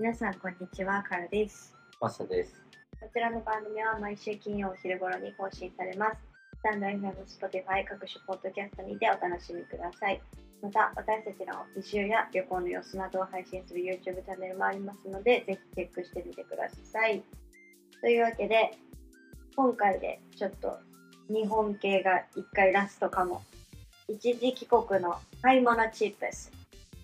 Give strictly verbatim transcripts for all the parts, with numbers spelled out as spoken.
皆さんこんにちは、カラです。 マサです。 こちらの番組は毎週金曜お昼頃に更新されます。スタンド エフエム、Spotify、各種ポッドキャストにてお楽しみください。また、私たちの移住や旅行の様子などを配信する YouTube チャンネルもありますので、ぜひチェックしてみてください。というわけで、今回でちょっと日本系が一回ラストかも。一時帰国の買い物チップス。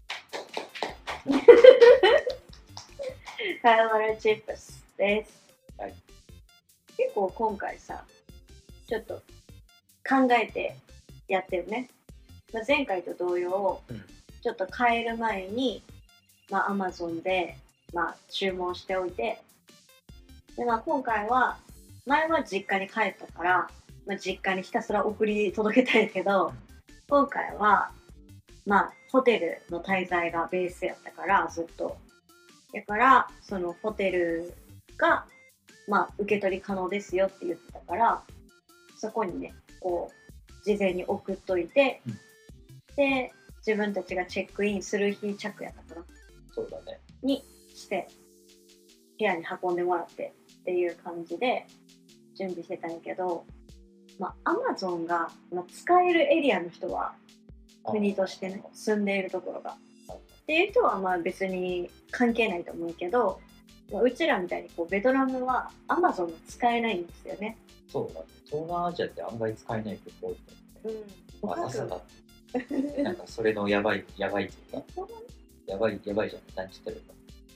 買い物チップスです、 はい、 結構今回さ、ちょっと考えてやってるね。まあ、前回と同様、うん、ちょっと買える前に、まあ、Amazon で、まあ、注文しておいて、で、まあ、今回は前は実家に帰ったから、まあ、実家にひたすら送り届けたいけど、今回はまあホテルの滞在がベースやったからずっと。だからそのホテルがまあ受け取り可能ですよって言ってたから、そこにねこう事前に送っといて、うん、で自分たちがチェックインする日着やったかな、 そうだね、 にして部屋に運んでもらってっていう感じで準備してたんやけど、まあ Amazon が、まあ、使えるエリアの人は国としてね住んでいるところがっていう人はまあ別に関係ないと思うけど、うちらみたいにこうベトナムは Amazon が使えないんですよね。 そうだね。東南アジアって案外使えない人多いと思う。うん。まあ、さすがなんかそれのやばいやばいっていうか、やばいやばいじゃん。何言ってる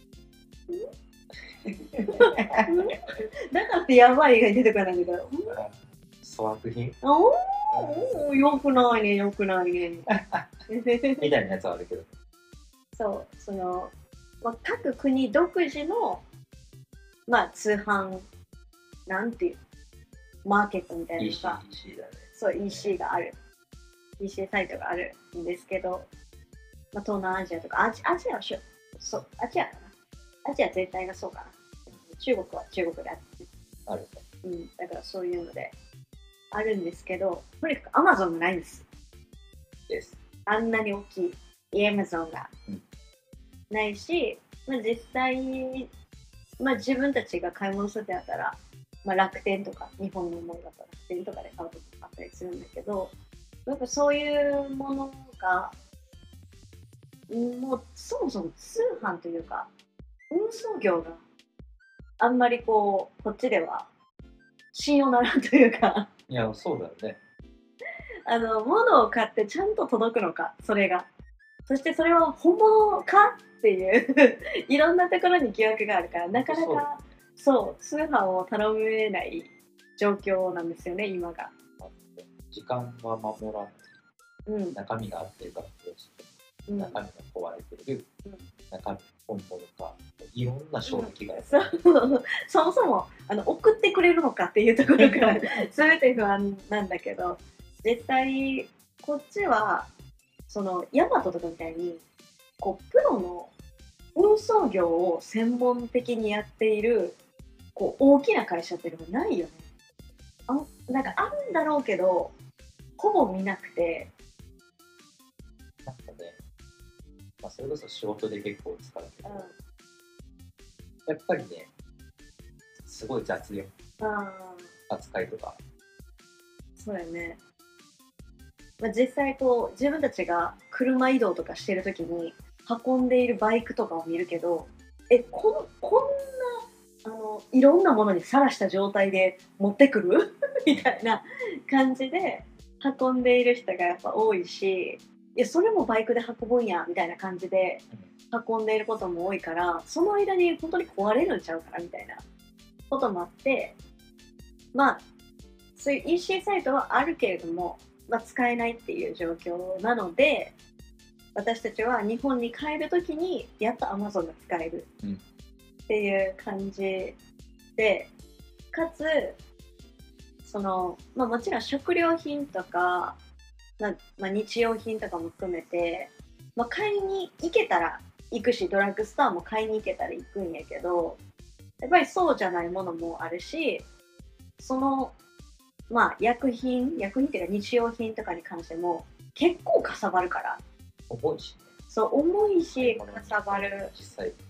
の？だからってやばいが出てこないんだけど。 粗悪品？ おお、よくないね、よくないね。 みたいなやつはあるけど。そう、 その、まあ、各国独自の、まあ、通販、なんていう、マーケットみたいなのが、 イーシー だね。 そう、イーシー がある。イーシー サイトがあるんですけど、まあ、東南アジアとか、アジアはしょ、そう、アジアかな。アジア全体がそうかな。中国は中国であって、 ある。 うん、だからそういうので、あるんですけど、とにかく Amazon がないんです。 です。 あんなに大きい Amazon がないし、うん、まあ、実際、まあ、自分たちが買い物するってなったら、まあ、楽天とか、日本のものだったら楽天とかで買うとかあったりするんだけど、やっぱそういうものが、もうそもそも通販というか、運送業があんまりこう、こっちでは信用ならんというかいや、そうだよね。 あの、物を買ってちゃんと届くのか、それが。そしてそれは本物かっていういろんなところに疑惑があるから、なかなかそう、通販を頼めない状況なんですよね、今が。 時間は守らない。うん、中身が合ってるからどうして、うん、中身が壊れてる、うん、中身本物か、いろんな衝撃がやっぱり、 うん、そもそもあの送ってくれるのかっていうところから全て不安なんだけど、実際こっちはそのヤマトとかみたいにこうプロの運送業を専門的にやっているこう大きな会社っていうのがないよね。あ、なんかあるんだろうけどほぼ見なくて、 なんかね、まあ、それこそ仕事で結構使うけど、うん、やっぱりねすごい雑よ、扱いとか。 そうやね。まあ、実際こう自分たちが車移動とかしてるときに運んでいるバイクとかを見るけど、え、このこんなあのいろんなものにさらした状態で持ってくるみたいな感じで運んでいる人がやっぱ多いし、いやそれもバイクで運ぶんやみたいな感じで運んでいることも多いから、その間に本当に壊れるんちゃうかなみたいなこともあって、まあそういう イーシー サイトはあるけれども、まあ、使えないっていう状況なので、私たちは日本に帰るときにやっと Amazon が使えるっていう感じで、かつその、まあ、もちろん食料品とか、まあまあ、日用品とかも含めて、まあ、買いに行けたら行くし、ドラッグストアも買いに行けたら行くんやけど、やっぱりそうじゃないものもあるし、そのまあ薬品、薬品っていうか日用品とかに関しても結構かさばるから。 重いしね。 そう、重いしかさばる。 実際と。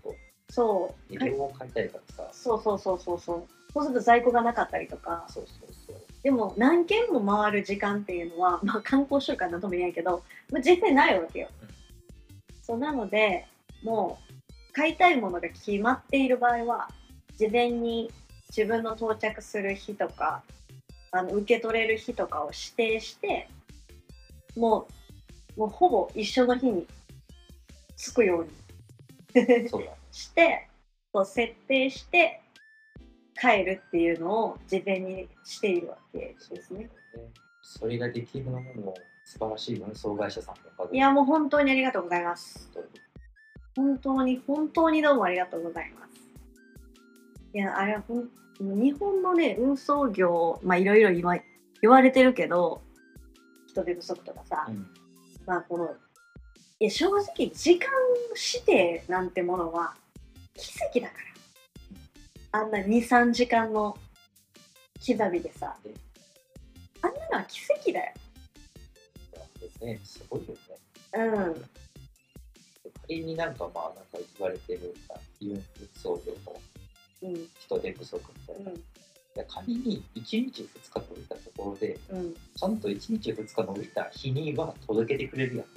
そう量を買いたいからさ。 そうそうそうそうそうそうすると在庫がなかったりとか。 そうそうそう。 でも何軒も回る時間っていうのは、まあ、観光習慣なんとも言えないけど、まあ、実際ないわけよ、うん、そうなのでもう買いたいものが決まっている場合は事前に自分の到着する日とかあの受け取れる日とかを指定してもう、もうほぼ一緒の日に着くようにそうだしてそう設定して帰るっていうのを事前にしているわけですね。 それができるのも素晴らしい運送会社さんのおかげ。 いやもう本当にありがとうございます。本当に本当にどうもありがとうございます。いやあれはほん日本のね運送業まあいろいろ今言われてるけど人手不足とかさ、うん、まあこのいや正直時間指定なんてものは奇跡だから。あんなに、さんじかんの刻みでさ、あんなのは奇跡だよ。 ね、すごいよね。 うん。 仮になんかまあなんか言われてる運送業の人手不足みたいな。うん、いや仮にいちにちふつか伸びたところで、うん、ちゃんといちにちふつか伸びた日には届けてくれるやん。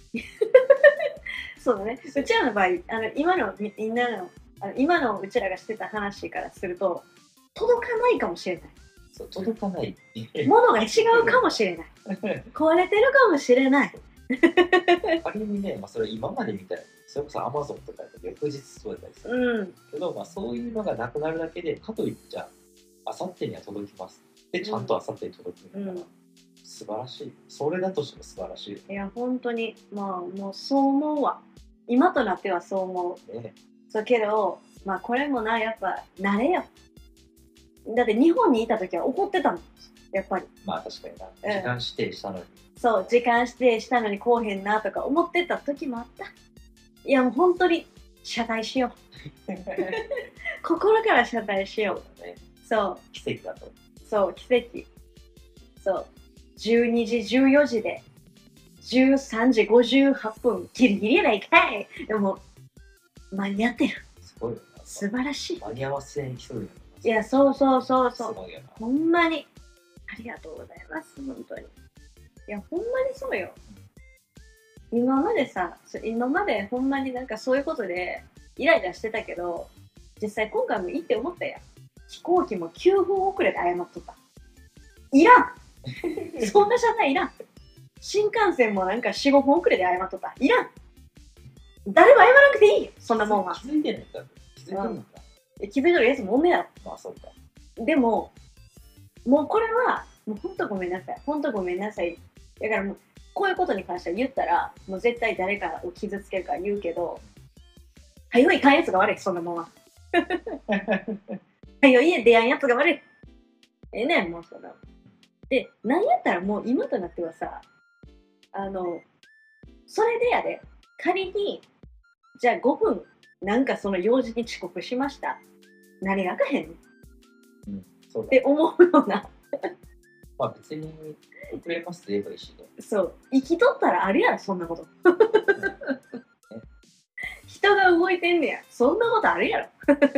そうだね。うちらの場合、あの今のみんなのあの今のうちらがしてた話からすると届かないかもしれない。 そう届かないものが違うかもしれない壊れてるかもしれない仮にね、まあ、それ今までみたいにそれこそアマゾンとかで翌日届いたりする、うん、けど、まあ、そういうのがなくなるだけでかといっちゃあさってには届きますでちゃんとあさってに届くみたいな、うん、素晴らしい。それだとしても素晴らしい。 いや本当にまあもうそう思うわ。今となってはそう思う、ね、そうけどまあこれもなやっぱ慣れよ。だって日本にいた時は怒ってたもんやっぱり。 まあ確かにな、うん、時間指定したのにそう時間指定したのにこうへんなとか思ってた時もあった。いやもう本当に謝罪しよう心から謝罪しよう。そうだね。そう奇跡だと。 そう奇跡。そうじゅうにじじゅうよじでじゅうさんじごじゅうはっぷんギリギリやないかい。でも間に合ってる。 すごいよな。 素晴らしい。 間に合わせに来るよ。 いやそうそうそうそう。ほんまにありがとうございます本当に。いやほんまにそうよ。今までさ今までほんまになんかそういうことでイライラしてたけど実際今回もいいって思ったやん。飛行機もきゅうふん遅れで謝っとった。いらんそんな謝罪いらん。新幹線もなんかよん、ごふん遅れで謝っとった。いらん。誰も謝らなくていいよそんなもんは。 気づいてないか気づいてるのか、 うん、気づいてるやつもおんねやろ。 まあそうか。 でももうこれはもうほんとごめんなさいほんとごめんなさい。だからもうこういうことに関しては言ったらもう絶対誰かを傷つけるから言うけどはよいかんやつが悪いそんなもんははよ家出やんやつが悪い。ええねんもうそんなでなんやったらもう今となってはさあのそれでやで仮にじゃあごふんなんかその用事に遅刻しました何があかへんの、うん、そうって思うようなまあ別に遅れますって言えばいいしね。 そう生きとったらあるやろそんなこと人が動いてんねやそんなことあるやろ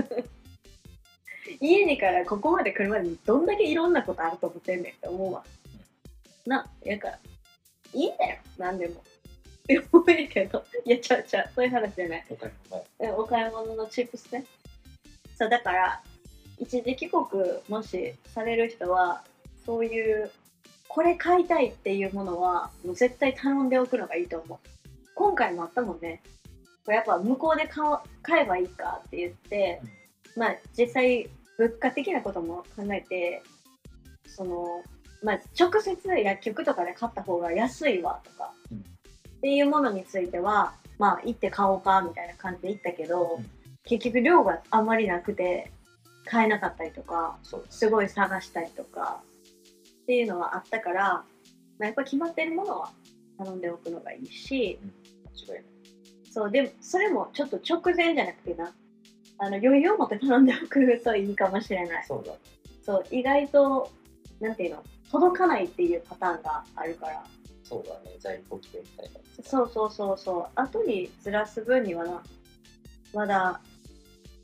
家にからここまで来るまでにどんだけいろんなことあると思ってんねんって思うわ、うん、なやからいいんだよ何でもって思うけどいやちゃうちゃうそういう話じゃない。お買い物のチップスね。そうだから一時帰国もしされる人はそういうこれ買いたいっていうものはもう絶対頼んでおくのがいいと思う。今回もあったもんね。やっぱ向こうで買買えばいいかって言って、うん、まあ実際物価的なことも考えてその、まあ、直接薬局とかで買った方が安いわとか、うん、っていうものについてはまあ行って買おうかみたいな感じで行ったけど、うん、結局量があんまりなくて買えなかったりとかすごい探したりとかっていうのはあったから、まあ、やっぱ決まってるものは頼んでおくのがいいし、うん、間違いない。そうでもそれもちょっと直前じゃなくてなあの余裕を持って頼んでおくといいかもしれない。 そうだ。 そう意外となんていうの届かないっていうパターンがあるから。 そうだね在庫切れみたいな。 そうそうそうそう後にずらす分にはなまだ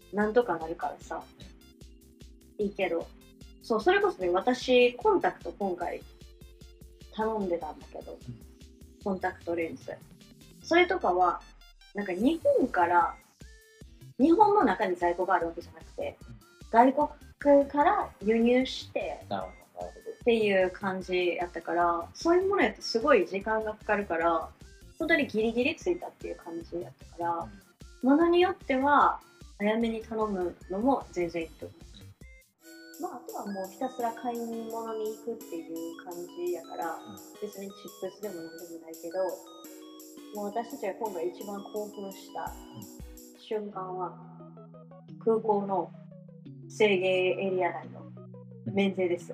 なんとかなるからさ、いいけど、そう、それこそね、私、コンタクト今回頼んでたんだけど、コンタクトレンズ。それとかは、なんか日本から、日本の中に在庫があるわけじゃなくて、外国から輸入して、っていう感じやったから、そういうものやとすごい時間がかかるから、本当にギリギリついたっていう感じやったから、ものによっては早めに頼むのも全然いいと思う。まあ、あとはもうひたすら買い物に行くっていう感じやから、別にチップスでもなんでもないけど、もう私たちが今回一番興奮した瞬間は、空港の制限エリア内の免税ですよ。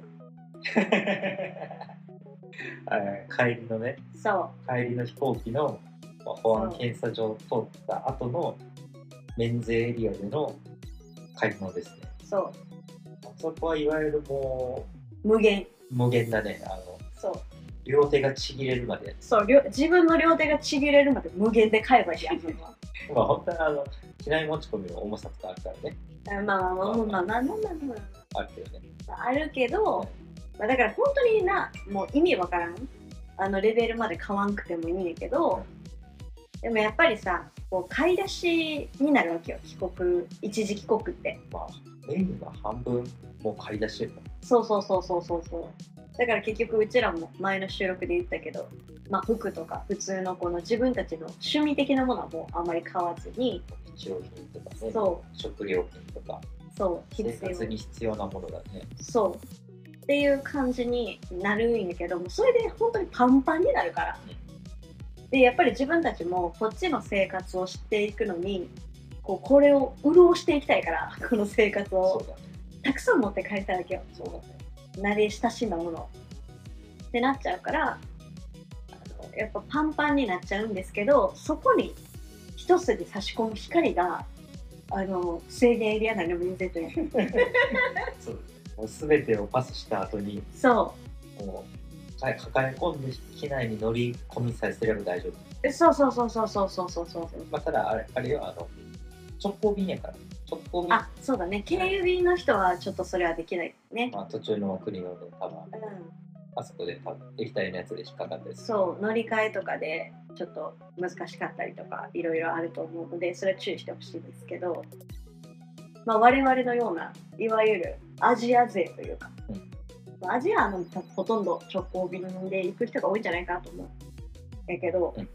帰りのね、 そう帰りの飛行機の保安検査場を通った後の免税エリアでの買い物ですね。 そう。 そこはいわゆるもう無限。 無限だね。あのそう。 両手がちぎれるまで。 そう、両自分の両手がちぎれるまで無限で買えばいいやん。 まあ本当はあの機内持ち込みの重さとかあるからね。 まあまあまあまあまあまあまあまあるけどね。 あるけど、まあ、だから本当にな、もう意味わからん。あのレベルまで買わんくてもいいんやけど、でもやっぱりさ、こう買い出しになるわけよ、帰国、一時帰国って。 まあ、メインが半分もう買い出しるの。 そうそうそうそうそうそう。だから結局うちらも前の収録で言ったけど、まあ服とか普通のこの自分たちの趣味的なものはもうあまり買わずに、 日用品とかね、 そう食料品とか、 そう生活に必要なものだね。 そう。っていう感じになるんやけども、それで本当にパンパンになるから、うん、でやっぱり自分たちもこっちの生活を知っていくのにこうこれを潤していきたいから、この生活をたくさん持って帰りたいわけよ。 そうだね。 慣れ親しんだものってなっちゃうから、あのやっぱパンパンになっちゃうんですけど、そこに一筋差し込む光があの制限エリア内の免税店そうもう全てをパスした後に、 そうもう抱え込んで機内に乗り込みさえすれば大丈夫。そうそうそうそうそうそうそうそう。 まあ、ただあれあれはあの直行便やから。直行便。 あ、そうだね。経由便の人はちょっとそれはできないね。 まあ途中の国のね、多分、うん、あそこで多分液体のやつで引っかかったりする。 そう、乗り換えとかでちょっと難しかったりとかいろいろあると思うので、それは注意してほしいんですけど、まあ我々のようないわゆるアジア勢というか、うん、アジアのほとんど直行便で行く人が多いんじゃないかなと思う。やけど、うん、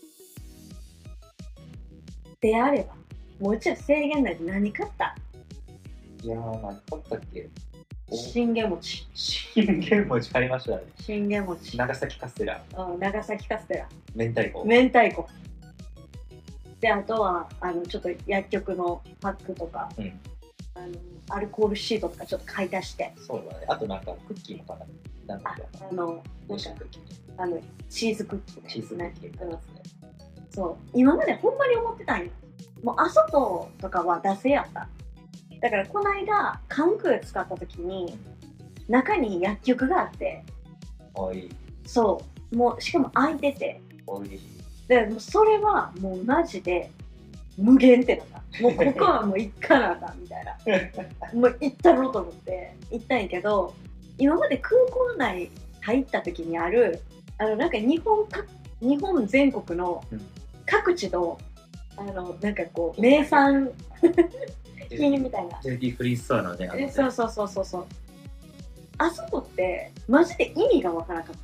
であれば、もう一度制限内で何買った？ いやー、何買ったっけ？ 信玄餅。 信玄餅買いましたね。 信玄餅。 長崎カステラ。 うん、長崎カステラ。 明太子。 明太子。で、あとはあのちょっと薬局のパックとか、うん、あのアルコールシートとかちょっと買い足して。 そうだね。あとなんかクッキーも買った。なんかあのなんかあのチーズクッキー、 ね、チーズクッキー買いますね。 そう。今までほんまに思ってたんよ。もうあそことかは惰性やった。だからこの間関空使った時に中に薬局があって、 おいそうもうしかも空いてて、 おいでもうそれはもうマジで無限ってなった。もうここはもう行かなあかんみたいなもう行ったろうと思って行ったんやけど、今まで空港内入った時にあるあのなんか日本か日本全国の各地のあのなんかこう名産品みたいなデューティーフリーストアのね、あのね、 そうそうそうそうそう。あそこってマジで意味がわからなかった。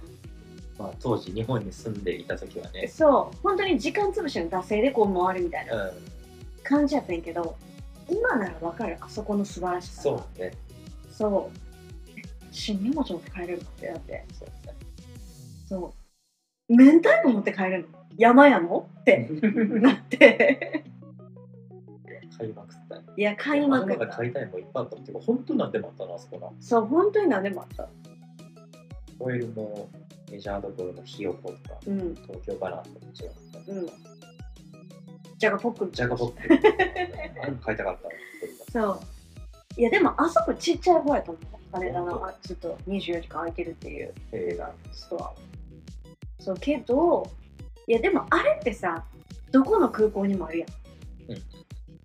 まあ、当時日本に住んでいた時はね、 そう本当に時間つぶしの惰性でこう回るみたいな感じやったんやけど、うん、今ならわかる、あそこの素晴らしさ。 そうね。 そう新荷物持って帰れるのってだって、そうね。そう明太子持って帰れるの山やのってなって買いまくった。 いや買いまくった。 買いたいもんいっぱいあったけど、本当に何でもあったな、あそこな。 そう本当に何でもあった。 オイルのメジャーどころのひよことか、うん、東京バナナとか違う、うん、 ジャガポックジャガポックあれも買いたかった。 そういやでもあそこちっちゃい方やと思う。羽田のあずっとにじゅうよじかん空いてるっていう映画ストア。そうけどいやでもあれってさどこの空港にもあるやん、うん、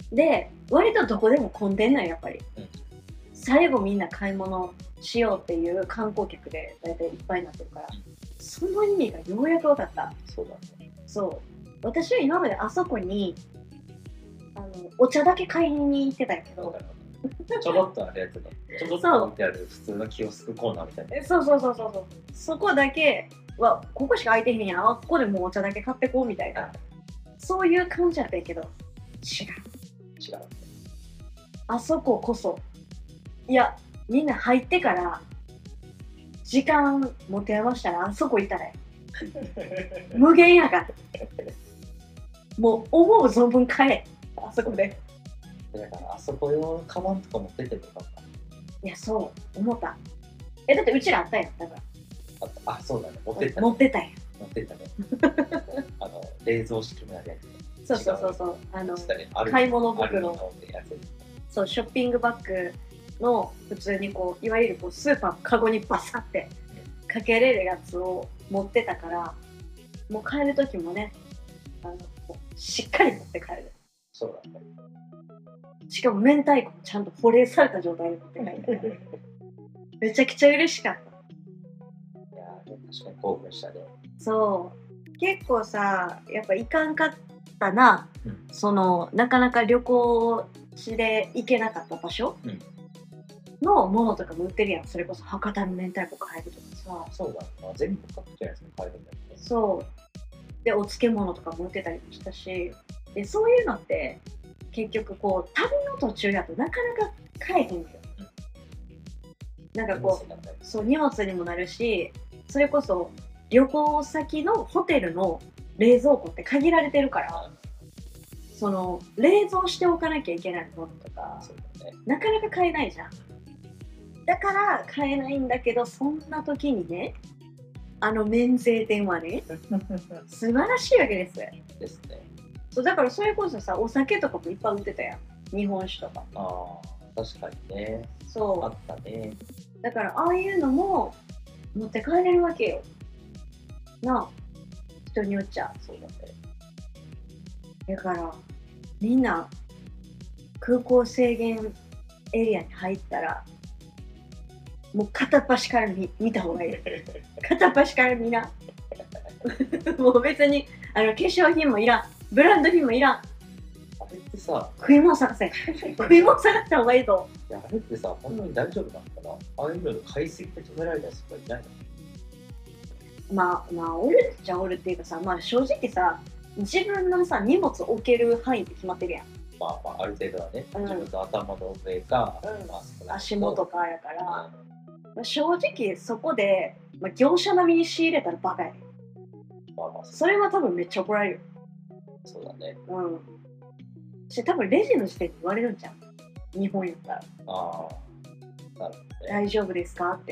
で割とどこでも混んでんのよやっぱり、 うん、 最後みんな買い物しようっていう観光客で大体いっぱいになってるから、うん、その意味がようやく分かった。 そうだね。 そう私は今まであそこにあのお茶だけ買いに行ってたんやけどちょろっとあるやつね。ちょろっと置いてある普通のキオスクコーナーみたいな。 そうそうそうそうそう。そこだけはここしか空いてへんやん。ここでもうお茶だけ買ってこうみたいな。そういう感じやったんやけど、違う。 違う。 あそここそ。いや、みんな入ってから時間持て余したらあそこ行ったら無限やから。もう思う存分買え。あそこで。 だからあそこ用のカバンとか持ってってもよかった。 いや、そう思った。え、だってうちらあったやん。だからあ, あそうだね、持ってった、 ね、持ってたやん。 持ってったね。あの冷蔵式のやつ、ね、 そうそうそうそう、あの、ね、買い物袋のやつ。そう、ショッピングバッグの普通にこういわゆるこうスーパーのカゴにバサってかけれるやつを持ってたから、もう帰る時もね、あのしっかり持って帰る。 そうだね。 しかも明太子もちゃんと保冷された状態で持って帰る。めちゃくちゃ嬉しかった。 いやー、確かに興奮したね。 そう結構さ、やっぱ行かんかったな、うん、そのなかなか旅行しで行けなかった場所、うん、のものとかも売ってるやん。それこそ博多の明太子買えるとかさ。 そうだな、全部各地のやつも買えるんだよね。 そうでお漬物とかも売ってたりもしたし、でそういうのって結局こう旅の途中だとなかなか買えへんのよ、うん、なんかこう、そう荷物にもなるし、それこそ旅行先のホテルの冷蔵庫って限られてるから、その冷蔵しておかなきゃいけないものとか、ね、なかなか買えないじゃん。だから買えないんだけど、そんな時にね、あの免税店はね素晴らしいわけですですね。 そうだからそれこそさ、お酒とかもいっぱい売ってたやん、日本酒とか。 ああ、確かにね。 そうあったね。 だからああいうのも持って帰れるわけよなあ、人によっちゃ。 そうだね。 だからみんな空港制限エリアに入ったらもう片っ端から 見, 見た方がいい。片っ端から見な。もう別にあの化粧品もいらん、ブランド品もいらん。 あれってさ、 食い物探せ。食い物探した方がいいぞ。 いや、あれってさ、本当に大丈夫なのかな。ああいうので買いすぎて止められた人がいないの？ まあまあおるっちゃおるっていうかさ、まあ正直さ、自分のさ荷物置ける範囲って決まってるやん。 まあまあある程度はね、うん、自分の頭の上か、 うんまあ、足元かやから、うん、まあ、正直そこで、まあ、業者並みに仕入れたらバカやね。まあまあ、それは多分めっちゃ怒られるよ。 そうだね。 うん。し多分レジの時点で言われるんじゃん。日本やったら。 ああ、なるほどね。 大丈夫ですかって。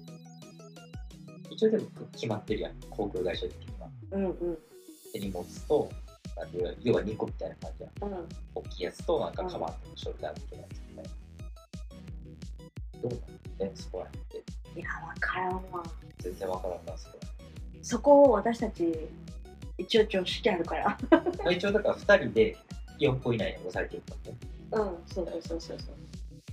一応でも決まってるやん、航空会社的には。うんうん。手荷物と、要はにこみたいな感じやん。うん。大きいやつと、なんかカバンとショルダーみたいなやつみたいな。どうなのね、そこら辺って。 いや、わからんわ。 全然わからんな、そこら辺。そこを私たち、一応常識あるから。 まあ一応だからふたりでよんこ以内に抑えてるからね。うん、そうそうそうそうそう。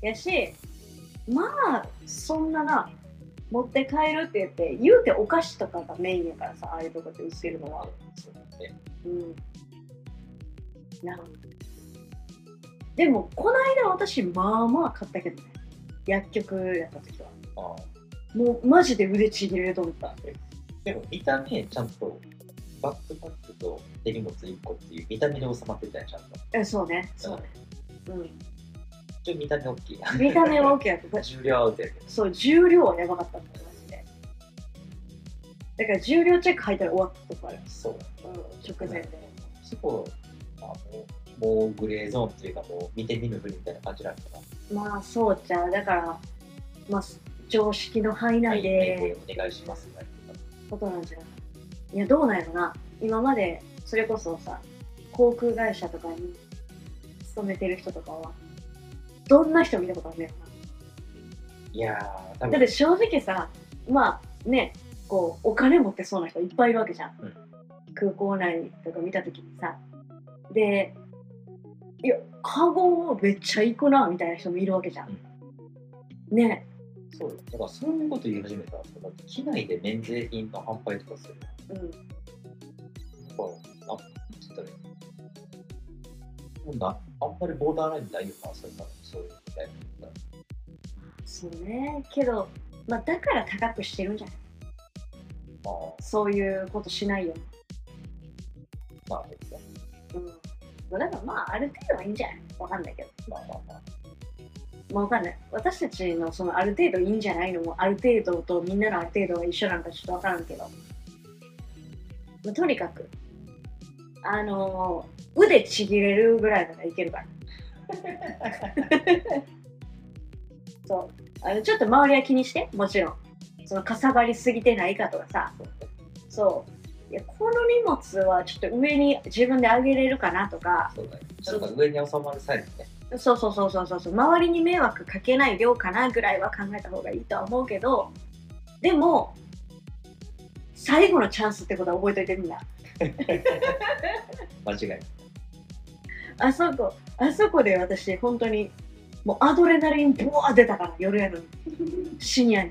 やし、まあ、そんなな、持って帰るって言って、言うてお菓子とかがメインやからさ、ああいうとこで売ってるのは。そうだね。うん。なるほど。でも、この間私、まあまあ買ったけどね。薬局やった時は。ああ。もう、マジで腕ちぎれると思った。 でも、見た目、ちゃんと、バックパックと手荷物いっこっていう見た目で収まってたやん、ちゃんと。 え、そうね。そうね。うん。 ちょっと見た目大きいな。 見た目は大きいやつ。 重量はアウトやけど。 そう、重量はやばかったんだよ、マジで。だから重量チェック入ったら終わったとこある。 そう。 うん、直前で。 そこ、まあ、もう、もうグレーゾーンっていうか、もう見て見ぬふりみたいな感じなんかな。まあ、そうちゃう。だから、まあ、常識の範囲内で。 はい、お願いしますね。 ことなんじゃない。いや、どうなんやろな。今まで、それこそさ、航空会社とかに勤めてる人とかは、どんな人見たことあるんだよな。 いやー、多分だって正直さ、まあね、こうお金持ってそうな人いっぱいいるわけじゃん、うん、空港内とか見た時にさ、でいやカゴめっちゃ行くなみたいな人もいるわけじゃん、うん、ね。 そうだからそういうこと言い始めたら、だって機内で免税品の販売とかする。うん。だから、あ、ちょっとね、なんだ、あんまりボーダーラインないよな、それから、そういうみたいな。 そうね、けど、まあ、だから高くしてるんじゃない。ああ。そういうことしないよ。 まあ、別に。 うん。だからまあ、ある程度はいいんじゃない。わかんないけど。まあまあまあ。まあ、わかんない。私たちのそのある程度いいんじゃないのも、ある程度とみんなのある程度が一緒なんかちょっとわからんけど。まあ、とにかく、あのー、腕ちぎれるぐらいならいけるから。そう。あの、ちょっと周りは気にして、もちろん。そのかさばりすぎてないかとかさ。そう。いや、この荷物はちょっと上に自分で上げれるかなとか。 そうだね。ちょっと上に収まるサイズね。 そうそうそうそうそうそう。周りに迷惑かけない量かなぐらいは考えた方がいいとは思うけど、でも、最後のチャンスってことは覚えといてみんな。 間違いない。 あそこ、あそこで私、本当に、もうアドレナリンブワー出たから、夜やのに。深夜に。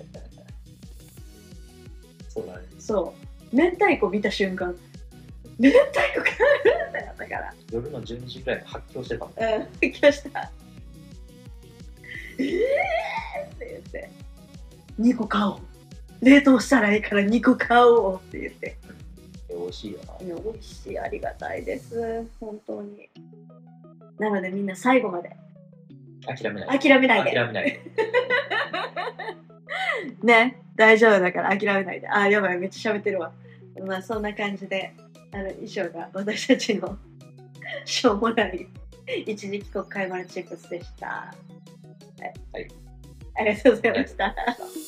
そうだね。 そう。明太子見た瞬間、明太子かってなったから。 夜のじゅうにじくらいに発狂してたもん。 うん、発狂した。えーって言って、にこ買おう。冷凍したらいいからにこ買おうって言って。 美味しいよな。 いや、美味しい、ありがたいです。本当に。なのでみんな最後まで。 諦めない。 諦めないで。 諦めないで。 ね、大丈夫だから諦めないで。あ、やばい、めっちゃ喋ってるわ。まあそんな感じで、あの以上が私たちのしょうもない一時帰国買い物チップスでした。はい。はい、ありがとうございました。